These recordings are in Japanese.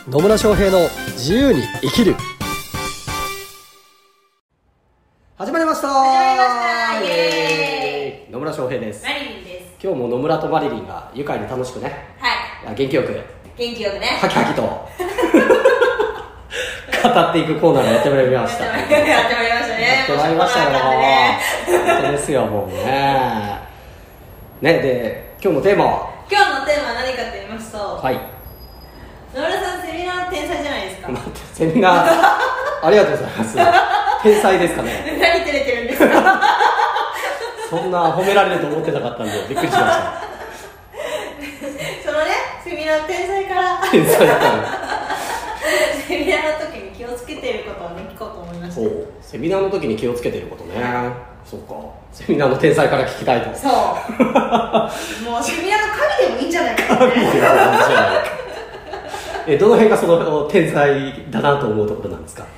野村翔平の自由に生きる。始まりましたイエーイ。 野村翔平です。 マリリンです。 今日も野村とマリリンが愉快に楽しくね、 はい、 元気よく元気よくね、 ハキハキと語っていくコーナーがやってまいりました。 やってまいりましたね。 やってまいりましたよ。本当ですよ、もうね。で、今日のテーマは今日のテーマは何かと言いますと、 はい。 野村さんセミナー天才じゃないですか。 セミナーありがとうございます。天才ですかね。 何照れてるんですか。 そんな褒められると思ってなかったんでびっくりしました。 そのね、セミナー天才から天才からセミナーの時に気をつけていることをね、聞こうと思いました。 セミナーの時に気をつけていることね。そうか、セミナーの天才から聞きたいと。 そうもうセミナーの神でもいいんじゃないかってね。 どの辺がその天才だなと思うところなんですか。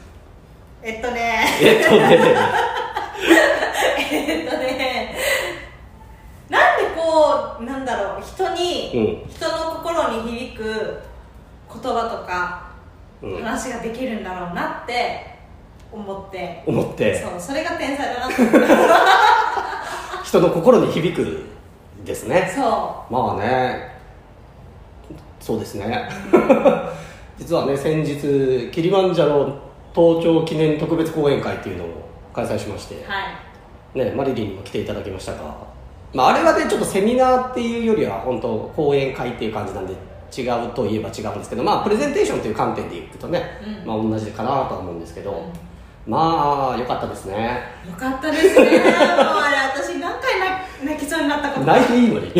なんでこう、なんだろう、人の心に響く言葉とか、話ができるんだろうなって思って、そう、それが天才だなと思って人の心に響くですね。 そう、 まあね、そうですね。実はね、先日キリマンジャロ登頂記念特別講演会っていうのを開催しまして、ね、マリリンにも来ていただきましたが、あれはねちょっとセミナーっていうよりは本当講演会っていう感じなんで違うといえば違うんですけど、プレゼンテーションという観点でいくとね、同じかなとは思うんですけど、良かったですね。 よかったですね。もうあれ私何回泣きそうになったこと泣いていいのに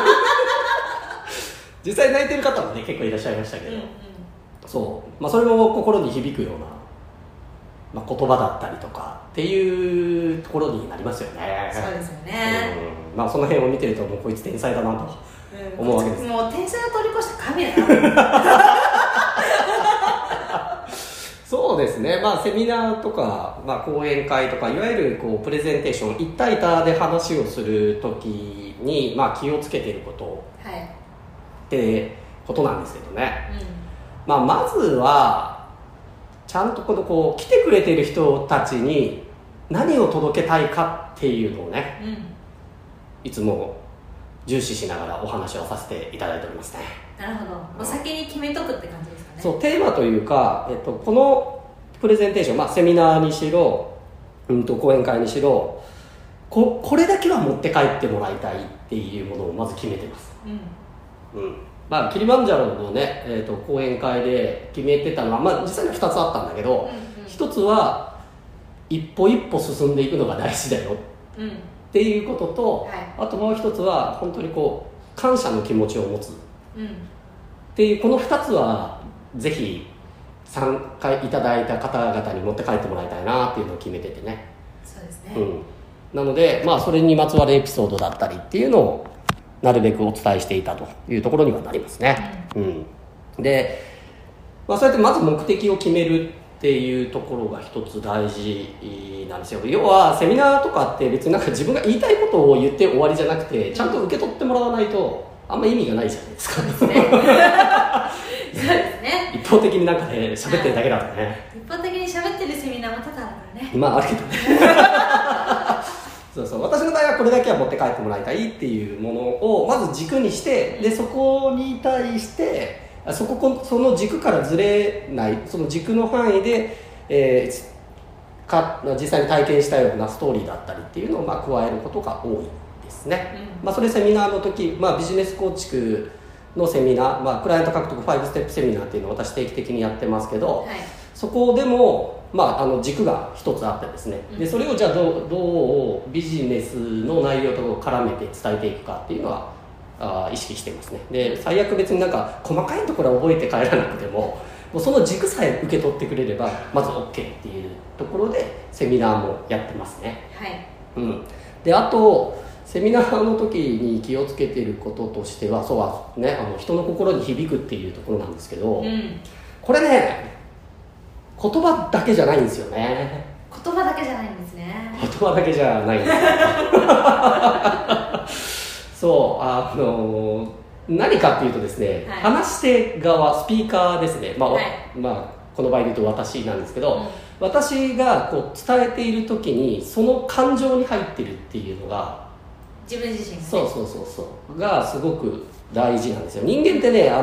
実際泣いてる方もね結構いらっしゃいましたけど、そう、それも心に響くような、言葉だったりとかっていうところになりますよね。 そうですよね。 その辺を見てるともうこいつ天才だなと思うわけです。 もう天才を通り越した神だな。 そうですね。セミナーとか、講演会とかいわゆるこうプレゼンテーション一対多で話をするときに、気をつけていること、ってことなんですけどね。まずはちゃんとこう来てくれている人たちに何を届けたいかっていうのをね、いつも重視しながらお話をさせていただいておりますね。なるほど。もう先に決めとくって感じですかね。そう、テーマというか、このプレゼンテーション、セミナーにしろ、講演会にしろ、これだけは持って帰ってもらいたいっていうものをまず決めてます。キリマンジャロのね、講演会で決めてたのは、実際に2つあったんだけど、1つは一歩一歩進んでいくのが大事だよっていうことと、あともう1つは本当にこう感謝の気持ちを持つっていう、この2つはぜひ参加いただいた方々に持って帰ってもらいたいなっていうのを決めててね。 そうですね。 なので、それにまつわるエピソードだったりっていうのをなるべくお伝えしていたというところにはなりますね。で、そうやってまず目的を決めるっていうところが一つ大事なんですよ。要はセミナーとかって別に自分が言いたいことを言って終わりじゃなくて、ちゃんと受け取ってもらわないとあんま意味がないじゃないですか。そうですね。一方的に喋ってるだけだとね。 一方的に喋ってるセミナーも多々あるからね。 あるけどね。そう私の場合はこれだけは持って帰ってもらいたいっていうものをまず軸にして、でそこに対してその軸からずれない、その軸の範囲で、実際に体験したようなストーリーだったりっていうのを加えることが多いですね。それセミナーの時、ビジネス構築のセミナー、クライアント獲得5ステップセミナーっていうのを私定期的にやってますけど、そこでも軸が一つあってですね、でそれをじゃあどうビジネスの内容と絡めて伝えていくかっていうのは意識していますね。で最悪別に細かいところは覚えて帰らなくても、もうその軸さえ受け取ってくれればまず OK っていうところでセミナーもやってますね。であとセミナーの時に気をつけていることとしては、そうね、人の心に響くっていうところなんですけど、これね言葉だけじゃないんですよね。 言葉だけじゃないんですね。 言葉だけじゃないんですそう何かっていうとですね、はい、話し手側スピーカーですね、はい、この場合で言うと私なんですけど、私がこう伝えている時にその感情に入ってるっていうのが自分自身が、ね、 そうがすごく大事なんですよ。人間ってね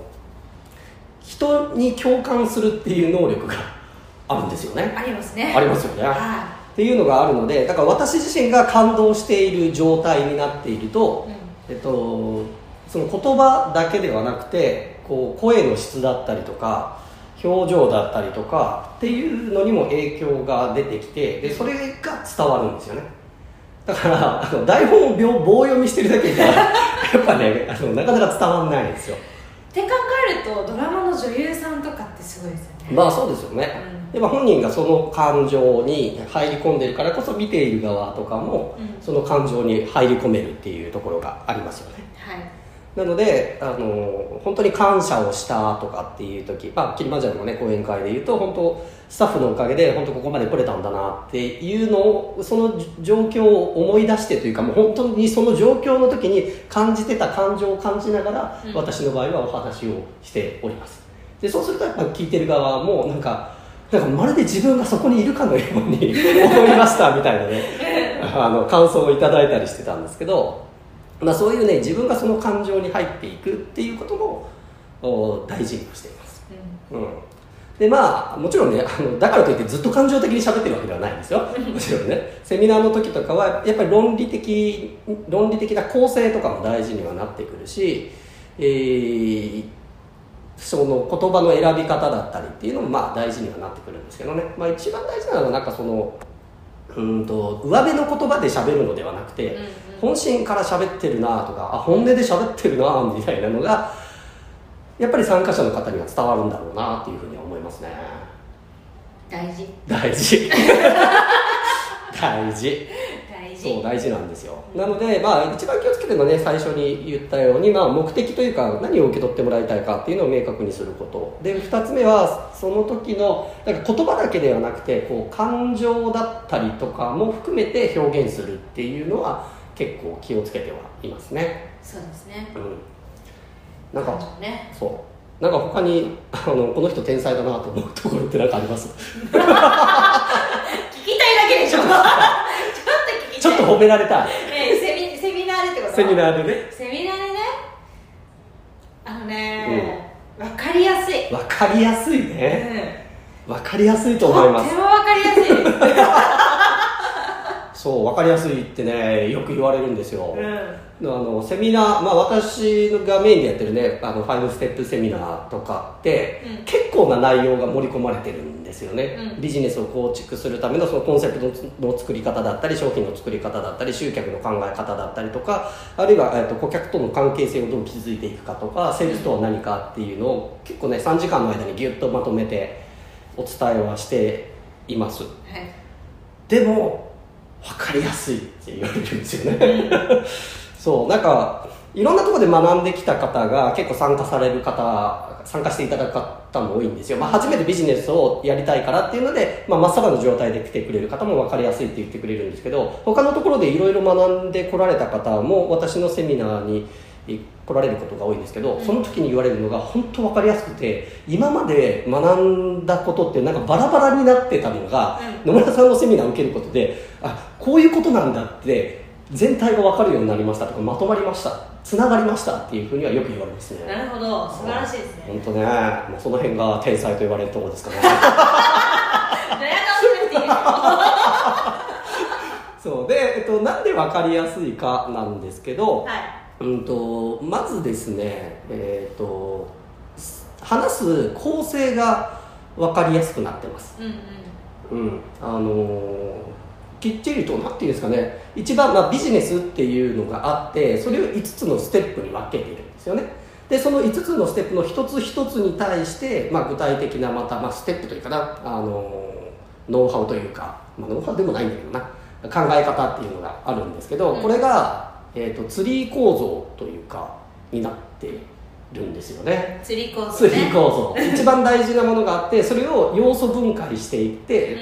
人に共感するっていう能力があるんですよね。 ありますね。 ありますよね、っていうのがあるので、だから私自身が感動している状態になっていると、その言葉だけではなくてこう声の質だったりとか表情だったりとかっていうのにも影響が出てきて、でそれが伝わるんですよね。だから台本を棒読みしてるだけじゃやっぱねなかなか伝わらないんですよ。 って考えるとドラマの女優さんとかってすごいですよね。 まあそうですよね、やっぱ本人がその感情に入り込んでるからこそ見ている側とかも、その感情に入り込めるっていうところがありますよね。 はい。 なので本当に感謝をしたとかっていう時、キリマンジャロのね講演会でいうと本当スタッフのおかげで本当ここまで来れたんだなっていうのをその状況を思い出してというか、もう本当にその状況の時に感じてた感情を感じながら、私の場合はお話をしております。でそうするとやっぱ聞いてる側もなんかまるで自分がそこにいるかのように思いましたみたいなね感想をいただいたりしてたんですけど、そういうね自分がその感情に入っていくっていうことも大事にしています、でもちろんねだからといってずっと感情的に喋ってるわけではないんですよもちろんね。セミナーの時とかはやっぱり論理的な構成とかも大事にはなってくるし、その言葉の選び方だったりっていうのも大事にはなってくるんですけどね、一番大事なのはなんかその上辺の言葉で喋るのではなくて、本心から喋ってるなとか本音で喋ってるなみたいなのがやっぱり参加者の方には伝わるんだろうなっていうふうに思いますね。 大事そう大事なんですよ。なので、一番気をつけてるのはね、最初に言ったように、目的というか何を受け取ってもらいたいかっていうのを明確にすることで、2つ目はその時の言葉だけではなくてこう感情だったりとかも含めて表現するっていうのは結構気をつけてはいますね。 そうですね、 なんか他にこの人天才だなと思うところって何かあります聞きたいだけでしょちょっと褒められたい、 セミナーでってこと？ セミナーでね分かりやすい分かりやすいね、分かりやすいと思います。 とても分かりやすいそう分かりやすいってねよく言われるんですよ、セミナー、私がメインでやってるね5ステップセミナーとかって、結構な内容が盛り込まれてるんですよね、ビジネスを構築するためのそのコンセプトの作り方だったり商品の作り方だったり集客の考え方だったりとか、あるいは顧客との関係性をどう築いていくかとか、セールスとは何かっていうのを結構ね3時間の間にギュッとまとめてお伝えはしています、でも分かりやすいって言われるんですよねそうなんかいろんなところで学んできた方が結構参加していただく方も多いんですよ、初めてビジネスをやりたいからっていうので、真っさらの状態で来てくれる方も分かりやすいって言ってくれるんですけど、他のところでいろいろ学んでこられた方も私のセミナーに来られることが多いんですけど、その時に言われるのが本当分かりやすくて、今まで学んだことってなんかバラバラになってたのが、野村さんのセミナーを受けることでこういうことなんだって全体が分かるようになりましたとか、まとまりました、つながりましたっていうふうにはよく言われますね。 なるほど、素晴らしいですね。 本当ね、その辺が天才と言われるところですかねそうで、なんで分かりやすいかなんですけど、まずですね、話す構成が分かりやすくなってます。きっちりとなんていうんですかね、一番、ビジネスっていうのがあって、それを5つのステップに分けているんですよね。でその5つのステップの一つ一つに対して、具体的なステップというかな、ノウハウというか、ノウハウでもないんだけどな、考え方っていうのがあるんですけど、これが、ツリー構造というかになってるんですよね。 ツリー構造、 一番大事なものがあって、それを要素分解していって、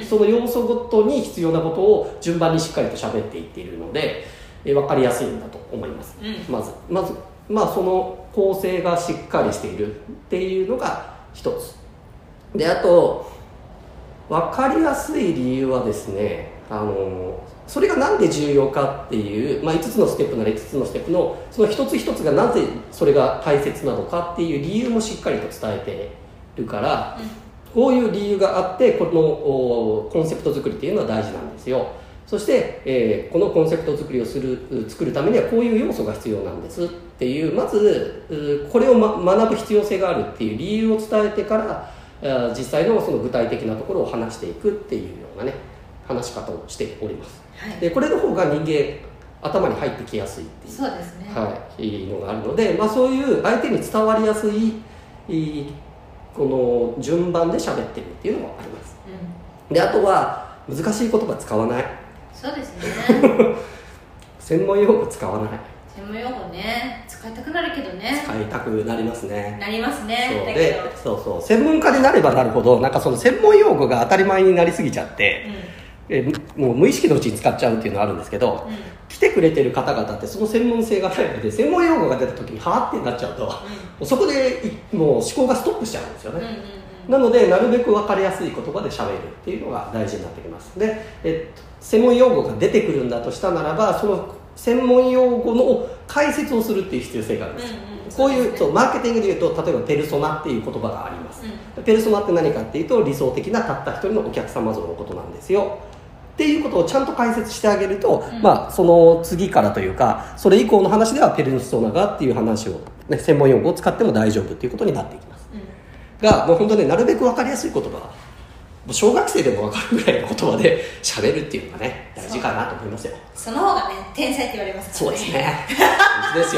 その要素ごとに必要なことを順番にしっかりと喋っていっているので、分かりやすいんだと思います。まずその構成がしっかりしているっていうのが一つで、あと分かりやすい理由はですね、それがなんで重要かっていう、5つのステップなら5つのステップのその一つ一つがなぜそれが大切なのかっていう理由もしっかりと伝えてるから、こういう理由があってこのコンセプト作りっていうのは大事なんですよ。そして、このコンセプト作りを作るためにはこういう要素が必要なんですっていう、まずこれを、学ぶ必要性があるっていう理由を伝えてから実際のその具体的なところを話していくっていうようなね話し方をしております、でこれの方が人間頭に入ってきやすいっていう、 そうですね、 いいのがあるので、そういう相手に伝わりやすいこの順番で喋ってるっていうのもあります、であとは難しい言葉使わない。 そうですね専門用語使わない。 専門用語ね、使いたくなるけどね。 使いたくなりますね。 なりますね。 そう専門家になればなるほど、なんかその専門用語が当たり前になりすぎちゃって、もう無意識のうちに使っちゃうっていうのはあるんですけど、来てくれてる方々ってその専門性がないので、専門用語が出た時にはぁってなっちゃうと、そこでもう思考がストップしちゃうんですよね、なのでなるべく分かりやすい言葉で喋るっていうのが大事になってきます。で、専門用語が出てくるんだとしたならば、その専門用語の解説をするっていう必要性があるんです、こういうマーケティングでいうと、例えばペルソナっていう言葉があります、ペルソナって何かっていうと、理想的なたった一人のお客様像のことなんですよっていうことをちゃんと解説してあげると、その次からというかそれ以降の話ではペルソナがっていう話を、専門用語を使っても大丈夫っていうことになっていきます、がもう本当になるべく分かりやすい言葉、小学生でも分かるぐらいの言葉で喋るっていうのがね大事かなと思いますよ。 その方がね天才って言われますからね。 そうですね本当ですよ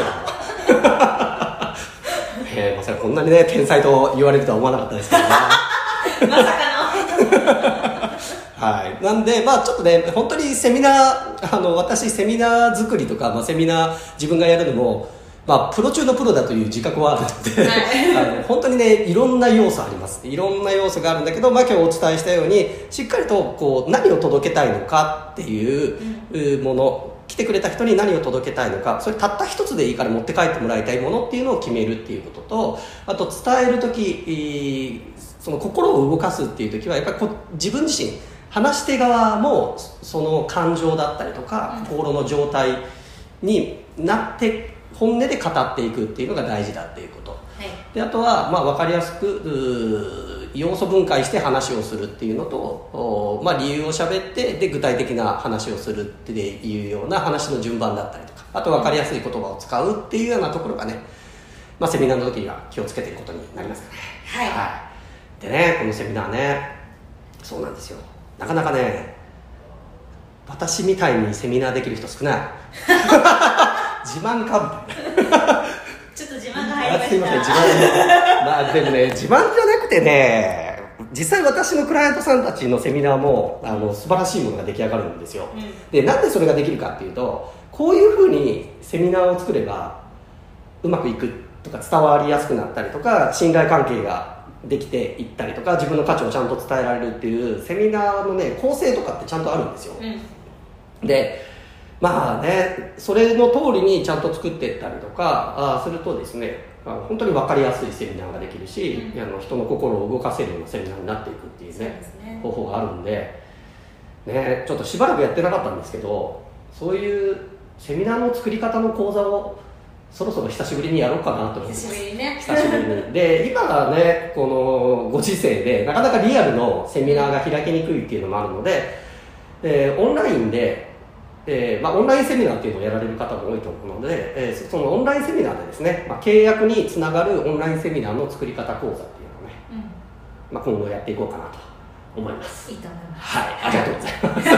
まさかこんなにね天才と言われるとは思わなかったですけどねまさかのなんでちょっとね本当にセミナー私セミナー作りとか、セミナー自分がやるのもプロ中のプロだという自覚はあるので、本当にねいろんな要素あります。いろんな要素があるんだけど、今日お伝えしたようにしっかりとこう何を届けたいのかっていうもの、来てくれた人に何を届けたいのか、それたった一つでいいから持って帰ってもらいたいものっていうのを決めるっていうことと、あと伝える時その心を動かすっていう時はやっぱり自分自身話し手側もその感情だったりとか、心の状態になって本音で語っていくっていうのが大事だっていうこと、であとは分かりやすく要素分解して話をするっていうのと、理由を喋ってで具体的な話をするっていうような話の順番だったりとか、あと分かりやすい言葉を使うっていうようなところがね、セミナーの時には気をつけていることになりますかね。でね、このセミナーね、そうなんですよ、なかなかね私みたいにセミナーできる人少ない自慢かみたいなちょっと自慢が入りました。 すいません、自慢でもね自慢じゃなくてね、実際私のクライアントさんたちのセミナーも素晴らしいものが出来上がるんですよ、でなんでそれができるかっていうと、こういうふうにセミナーを作ればうまくいくとか伝わりやすくなったりとか、信頼関係ができていったりとか、自分の価値をちゃんと伝えられるっていうセミナーのね構成とかってちゃんとあるんですよ、でそれの通りにちゃんと作っていったりとかするとですね、本当に分かりやすいセミナーができるし、人の心を動かせるようなセミナーになっていくっていうね、方法があるんで、ちょっとしばらくやってなかったんですけど、そういうセミナーの作り方の講座をそろそろ久しぶりにやろうかなと思ってます。 久しぶりにね。 久しぶりに。で、今がね、このご時世でなかなかリアルのセミナーが開きにくいっていうのもあるので、オンラインで、オンラインセミナーっていうのをやられる方も多いと思うので、そのオンラインセミナーでですね、契約につながるオンラインセミナーの作り方講座っていうのをね、今後やっていこうかなと思います。 いいと思います。 はい、ありがとうござ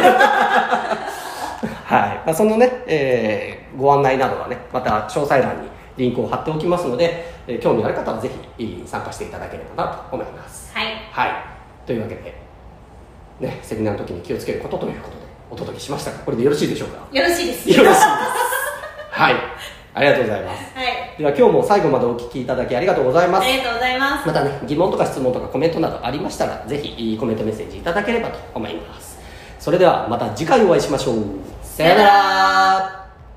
います。そのね、ご案内などはね、また詳細欄にリンクを貼っておきますので、興味のある方はぜひ参加していただければなと思います。というわけで、ね、セミナーの時に気をつけることということでお届けしましたが、これでよろしいでしょうか。 よろしいです。 よろしいです。ありがとうございます。では今日も最後までお聞きいただきありがとうございます。 ありがとうございます。 またね、疑問とか質問とかコメントなどありましたら、ぜひコメントメッセージいただければと思います。それではまた次回お会いしましょう。さよなら。